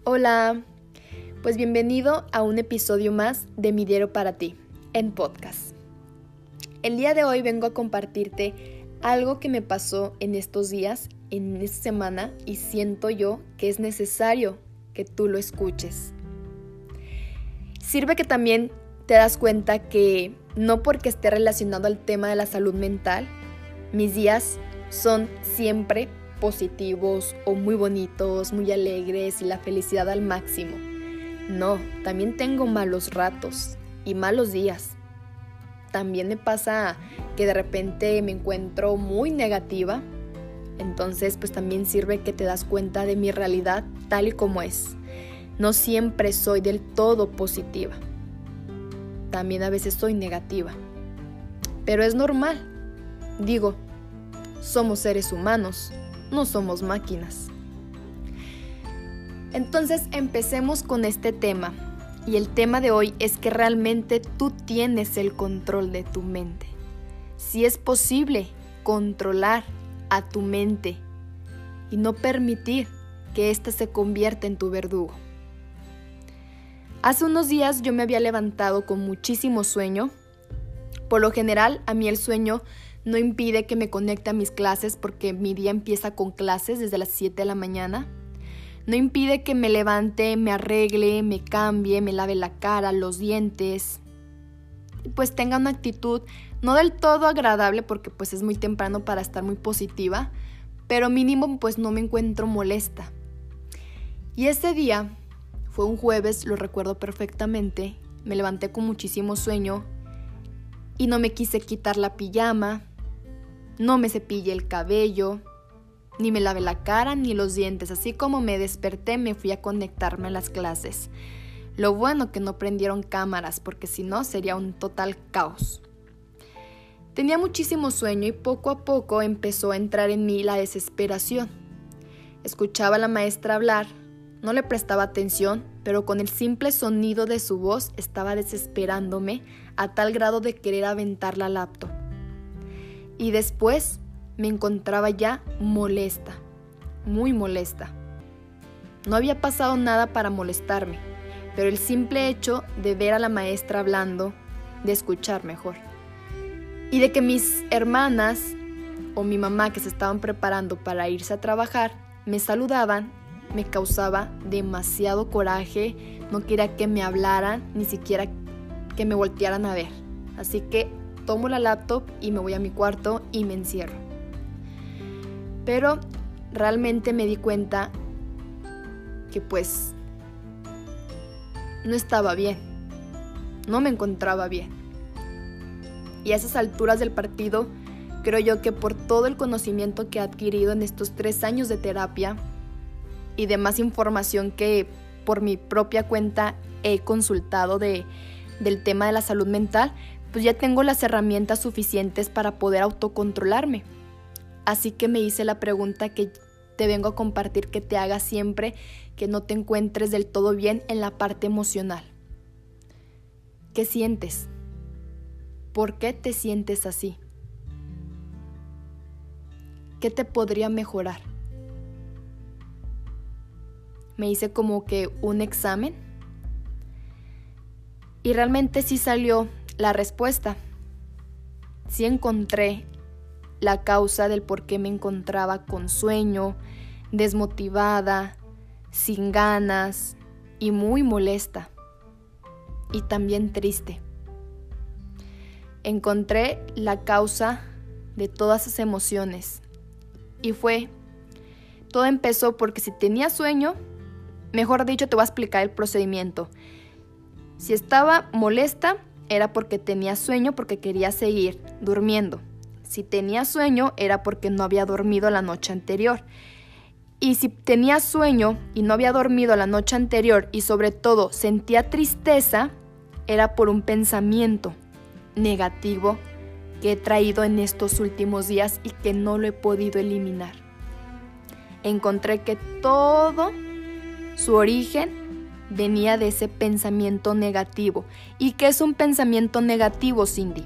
Hola, pues bienvenido a un episodio más de Mi Diario para ti, en podcast. El día de hoy vengo a compartirte algo que me pasó en estos días, en esta semana, y siento yo que es necesario que tú lo escuches. Sirve que también te das cuenta que no porque esté relacionado al tema de la salud mental, mis días son siempre positivos o muy bonitos, muy alegres y la felicidad al máximo. No, también tengo malos ratos y malos días. También me pasa que de repente me encuentro muy negativa. Entonces, pues también sirve que te das cuenta de mi realidad tal y como es. No siempre soy del todo positiva. También a veces soy negativa. Pero es normal. Digo, somos seres humanos. No somos máquinas. Entonces empecemos con este tema. Y el tema de hoy es que realmente tú tienes el control de tu mente. Si es posible controlar a tu mente y no permitir que ésta se convierta en tu verdugo. Hace unos días yo me había levantado con muchísimo sueño. Por lo general, a mí el sueño no impide que me conecte a mis clases porque mi día empieza con clases desde las 7 de la mañana. No impide que me levante, me arregle, me cambie, me lave la cara, los dientes. Pues tenga una actitud no del todo agradable porque pues es muy temprano para estar muy positiva, pero mínimo pues no me encuentro molesta. Y ese día, fue un jueves, lo recuerdo perfectamente, me levanté con muchísimo sueño y no me quise quitar la pijama. No me cepillé el cabello, ni me lavé la cara ni los dientes. Así como me desperté, me fui a conectarme a las clases. Lo bueno que no prendieron cámaras, porque si no sería un total caos. Tenía muchísimo sueño y poco a poco empezó a entrar en mí la desesperación. Escuchaba a la maestra hablar, no le prestaba atención, pero con el simple sonido de su voz estaba desesperándome a tal grado de querer aventar la laptop. Y después me encontraba ya molesta, muy molesta. No había pasado nada para molestarme, pero el simple hecho de ver a la maestra hablando, de escuchar mejor, y de que mis hermanas o mi mamá que se estaban preparando para irse a trabajar, me saludaban, me causaba demasiado coraje. No quería que me hablaran, ni siquiera que me voltearan a ver. Así que tomo la laptop y me voy a mi cuarto y me encierro. Pero realmente me di cuenta que pues no estaba bien, no me encontraba bien. Y a esas alturas del partido, creo yo que por todo el conocimiento que he adquirido en estos 3 años de terapia y de más información que por mi propia cuenta he consultado del tema de la salud mental, pues ya tengo las herramientas suficientes para poder autocontrolarme. Así que me hice la pregunta que te vengo a compartir que te hagas siempre que no te encuentres del todo bien en la parte emocional. ¿Qué sientes? ¿Por qué te sientes así? ¿Qué te podría mejorar? Me hice como que un examen y realmente sí salió la respuesta. Sí encontré la causa del por qué me encontraba con sueño, desmotivada, sin ganas y muy molesta. Y también triste. Encontré la causa de todas esas emociones. Y todo empezó porque si tenía sueño, mejor dicho, te voy a explicar el procedimiento. Si estaba molesta, era porque tenía sueño, porque quería seguir durmiendo. Si tenía sueño, era porque no había dormido la noche anterior. Y si tenía sueño y no había dormido la noche anterior y sobre todo sentía tristeza, era por un pensamiento negativo que he traído en estos últimos días y que no lo he podido eliminar. Encontré que todo su origen venía de ese pensamiento negativo. ¿Y qué es un pensamiento negativo, Cindy?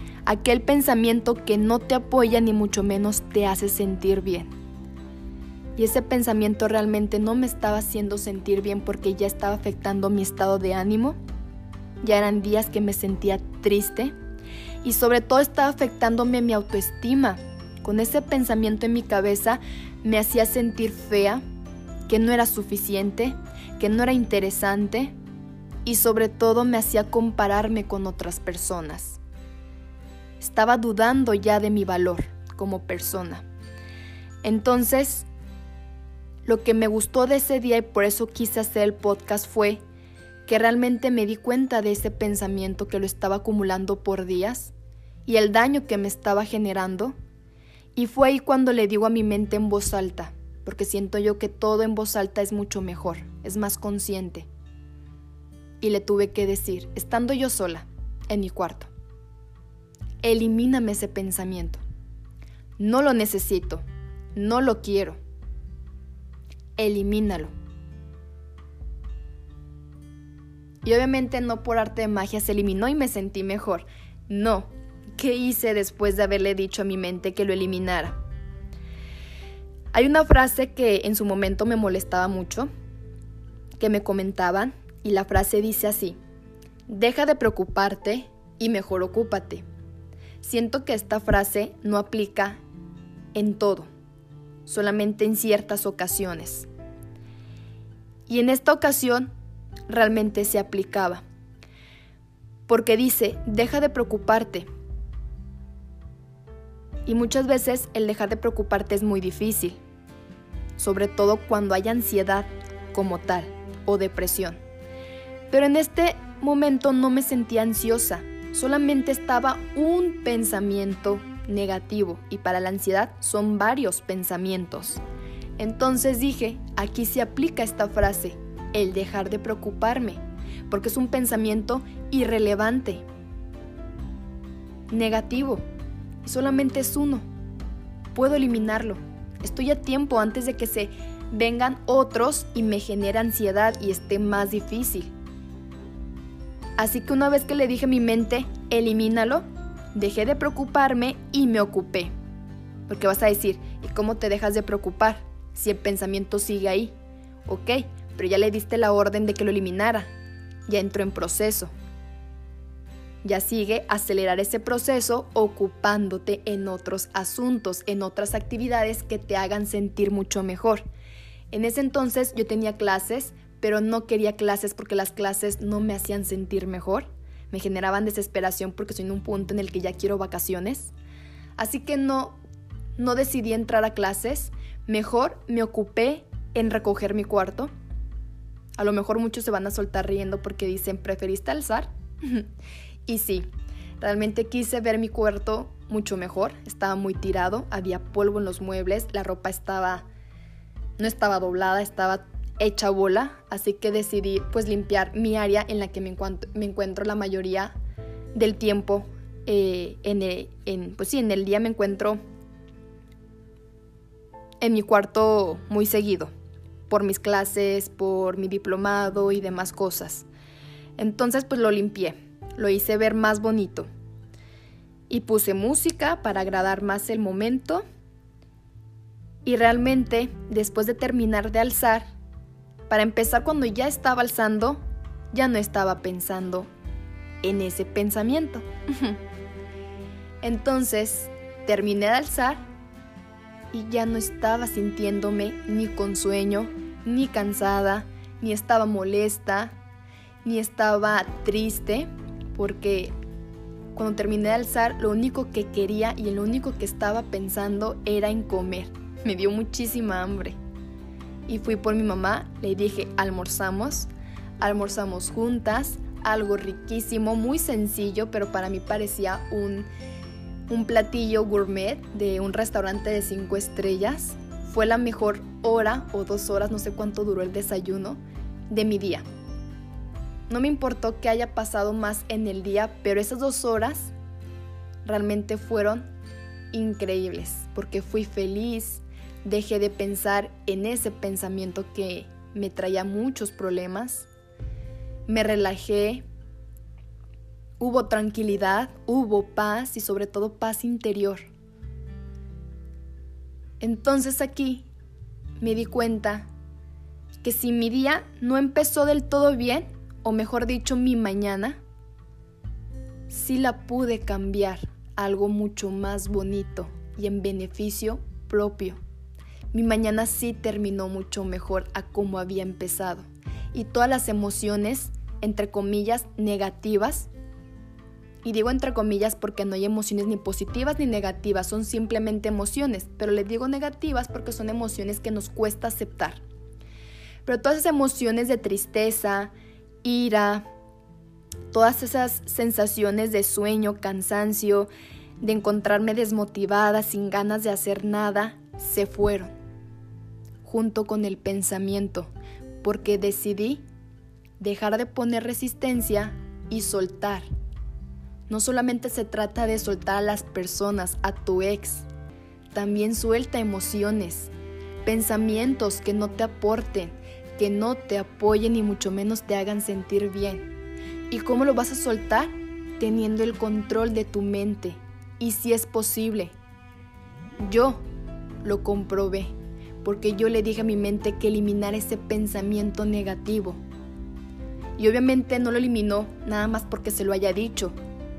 Aquel pensamiento que no te apoya ni mucho menos te hace sentir bien. Y ese pensamiento realmente no me estaba haciendo sentir bien porque ya estaba afectando mi estado de ánimo. Ya eran días que me sentía triste y sobre todo estaba afectándome mi autoestima. Con ese pensamiento en mi cabeza me hacía sentir fea, que no era suficiente, que no era interesante y sobre todo me hacía compararme con otras personas. Estaba dudando ya de mi valor como persona. Entonces, lo que me gustó de ese día y por eso quise hacer el podcast fue que realmente me di cuenta de ese pensamiento que lo estaba acumulando por días y el daño que me estaba generando. Y fue ahí cuando le digo a mi mente en voz alta, porque siento yo que todo en voz alta es mucho mejor, es más consciente. Y le tuve que decir, estando yo sola, en mi cuarto, elimíname ese pensamiento. No lo necesito, no lo quiero. Elimínalo. Y obviamente no por arte de magia se eliminó y me sentí mejor. No. ¿Qué hice después de haberle dicho a mi mente que lo eliminara? Hay una frase que en su momento me molestaba mucho, que me comentaban, y la frase dice así: deja de preocuparte y mejor ocúpate. Siento que esta frase no aplica en todo, solamente en ciertas ocasiones. Y en esta ocasión realmente se aplicaba, porque dice, deja de preocuparte. Y muchas veces el dejar de preocuparte es muy difícil, sobre todo cuando hay ansiedad como tal o depresión. Pero en este momento no me sentía ansiosa, solamente estaba un pensamiento negativo y para la ansiedad son varios pensamientos. Entonces dije, aquí se aplica esta frase, el dejar de preocuparme, porque es un pensamiento irrelevante, negativo. Y solamente es uno. Puedo eliminarlo. Estoy a tiempo antes de que se vengan otros y me genere ansiedad y esté más difícil. Así que una vez que le dije a mi mente, elimínalo, dejé de preocuparme y me ocupé. Porque vas a decir, ¿y cómo te dejas de preocupar si el pensamiento sigue ahí? Ok, pero ya le diste la orden de que lo eliminara. Ya entró en proceso. Ya sigue acelerar ese proceso ocupándote en otros asuntos, en otras actividades que te hagan sentir mucho mejor. En ese entonces yo tenía clases, pero no quería clases porque las clases no me hacían sentir mejor. Me generaban desesperación porque estoy en un punto en el que ya quiero vacaciones. Así que no decidí entrar a clases. Mejor me ocupé en recoger mi cuarto. A lo mejor muchos se van a soltar riendo porque dicen, ¿preferiste alzar? Y sí, realmente quise ver mi cuarto mucho mejor. Estaba muy tirado, había polvo en los muebles, la ropa no estaba doblada, estaba hecha bola. Así que decidí pues limpiar mi área en la que me encuentro la mayoría del tiempo. En el día me encuentro en mi cuarto muy seguido, por mis clases, por mi diplomado y demás cosas. Entonces pues lo limpié. Lo hice ver más bonito y puse música para agradar más el momento y realmente después de terminar de alzar, para empezar cuando ya estaba alzando, ya no estaba pensando en ese pensamiento. Entonces terminé de alzar y ya no estaba sintiéndome ni con sueño, ni cansada, ni estaba molesta, ni estaba triste. Porque cuando terminé de alzar, lo único que quería y lo único que estaba pensando era en comer. Me dio muchísima hambre. Y fui por mi mamá, le dije, almorzamos juntas, algo riquísimo, muy sencillo, pero para mí parecía un platillo gourmet de un restaurante de 5 estrellas. Fue la mejor hora o 2 horas, no sé cuánto duró el desayuno, de mi día. No me importó que haya pasado más en el día, pero esas 2 horas realmente fueron increíbles, porque fui feliz, dejé de pensar en ese pensamiento que me traía muchos problemas, me relajé, hubo tranquilidad, hubo paz y sobre todo paz interior. Entonces aquí me di cuenta que si mi día no empezó del todo bien, o mejor dicho, mi mañana, sí la pude cambiar a algo mucho más bonito y en beneficio propio. Mi mañana sí terminó mucho mejor a como había empezado. Y todas las emociones, entre comillas, negativas, y digo entre comillas porque no hay emociones ni positivas ni negativas, son simplemente emociones, pero les digo negativas porque son emociones que nos cuesta aceptar. Pero todas esas emociones de tristeza, ira, todas esas sensaciones de sueño, cansancio, de encontrarme desmotivada, sin ganas de hacer nada, se fueron, junto con el pensamiento, porque decidí dejar de poner resistencia y soltar. No solamente se trata de soltar a las personas, a tu ex, también suelta emociones, pensamientos que no te aporten, que no te apoyen y mucho menos te hagan sentir bien. ¿Y cómo lo vas a soltar? Teniendo el control de tu mente. Y si es posible, yo lo comprobé, porque yo le dije a mi mente que eliminara ese pensamiento negativo. Y obviamente no lo eliminó nada más porque se lo haya dicho.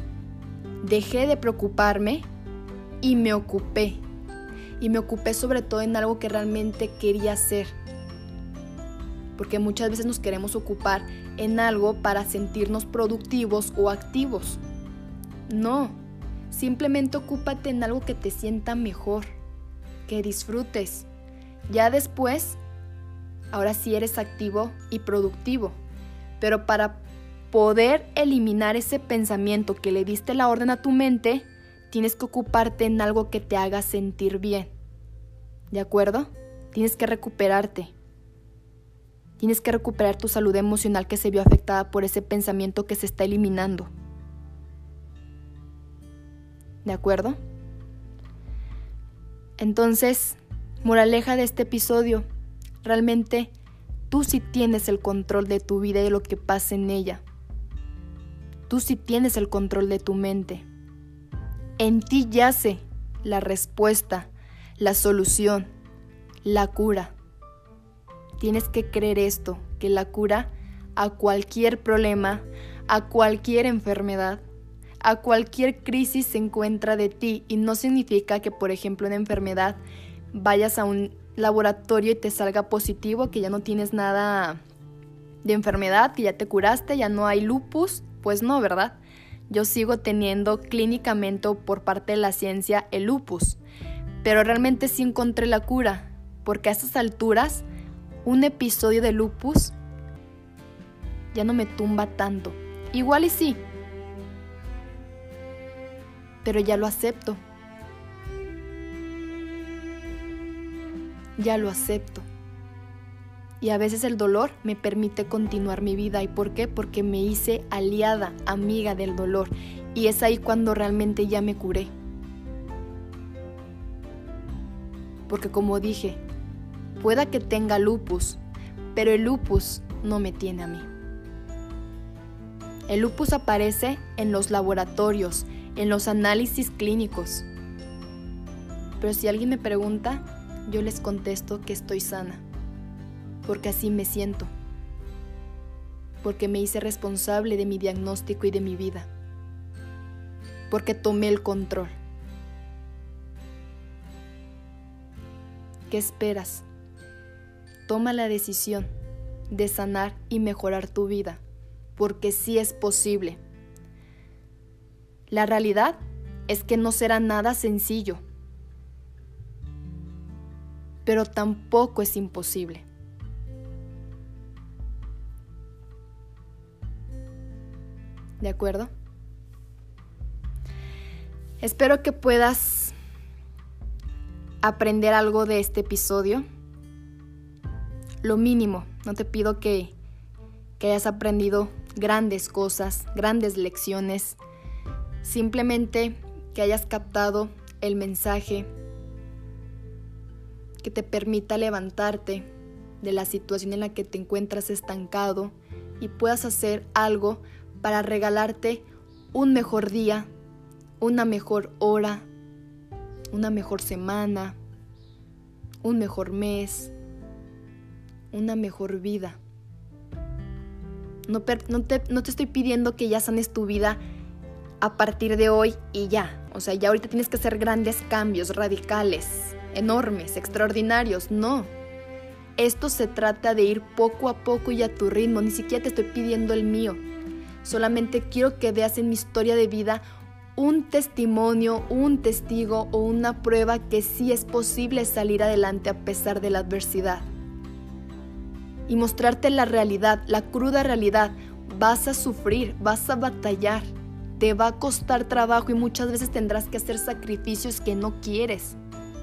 Dejé de preocuparme y me ocupé. Y me ocupé sobre todo en algo que realmente quería hacer. Porque muchas veces nos queremos ocupar en algo para sentirnos productivos o activos. No, simplemente ocúpate en algo que te sienta mejor, que disfrutes. Ya después, ahora sí eres activo y productivo. Pero para poder eliminar ese pensamiento que le diste la orden a tu mente, tienes que ocuparte en algo que te haga sentir bien. ¿De acuerdo? Tienes que recuperarte. Tienes que recuperar tu salud emocional que se vio afectada por ese pensamiento que se está eliminando. ¿De acuerdo? Entonces, moraleja de este episodio, realmente tú sí tienes el control de tu vida y de lo que pasa en ella. Tú sí tienes el control de tu mente. En ti yace la respuesta, la solución, la cura. Tienes que creer esto, que la cura a cualquier problema, a cualquier enfermedad, a cualquier crisis se encuentra de ti. Y no significa que, por ejemplo, una enfermedad vayas a un laboratorio y te salga positivo, que ya no tienes nada de enfermedad, que ya te curaste, ya no hay lupus. Pues no, ¿verdad? Yo sigo teniendo clínicamente por parte de la ciencia el lupus, pero realmente sí encontré la cura, porque a estas alturas un episodio de lupus ya no me tumba tanto. Igual y sí, pero ya lo acepto. Ya lo acepto. Y a veces el dolor me permite continuar mi vida. ¿Y por qué? Porque me hice aliada, amiga del dolor. Y es ahí cuando realmente ya me curé. Porque como dije, pueda que tenga lupus, pero el lupus no me tiene a mí. El lupus aparece en los laboratorios, en los análisis clínicos. Pero si alguien me pregunta, yo les contesto que estoy sana. Porque así me siento. Porque me hice responsable de mi diagnóstico y de mi vida. Porque tomé el control. ¿Qué esperas? Toma la decisión de sanar y mejorar tu vida, porque sí es posible. La realidad es que no será nada sencillo, pero tampoco es imposible. ¿De acuerdo? Espero que puedas aprender algo de este episodio. Lo mínimo, no te pido que hayas aprendido grandes cosas, grandes lecciones. Simplemente que hayas captado el mensaje que te permita levantarte de la situación en la que te encuentras estancado y puedas hacer algo para regalarte un mejor día, una mejor hora, una mejor semana, un mejor mes, una mejor vida. No te estoy pidiendo que ya sanes tu vida a partir de hoy y ya. O sea, ya ahorita tienes que hacer grandes cambios, radicales, enormes, extraordinarios. No. Esto se trata de ir poco a poco y a tu ritmo. Ni siquiera te estoy pidiendo el mío. Solamente quiero que veas en mi historia de vida un testimonio, un testigo o una prueba que sí es posible salir adelante a pesar de la adversidad. Y mostrarte la realidad, la cruda realidad. Vas a sufrir, vas a batallar, te va a costar trabajo y muchas veces tendrás que hacer sacrificios que no quieres.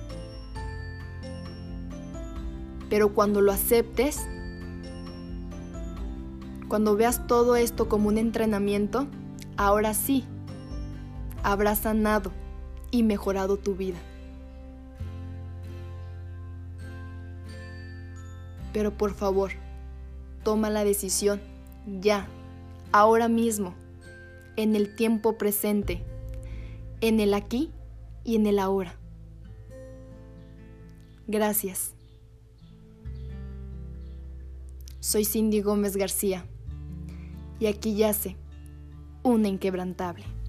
Pero cuando lo aceptes, cuando veas todo esto como un entrenamiento, ahora sí, habrás sanado y mejorado tu vida. Pero por favor, toma la decisión ya, ahora mismo, en el tiempo presente, en el aquí y en el ahora. Gracias. Soy Cindy Gómez García y aquí yace una inquebrantable.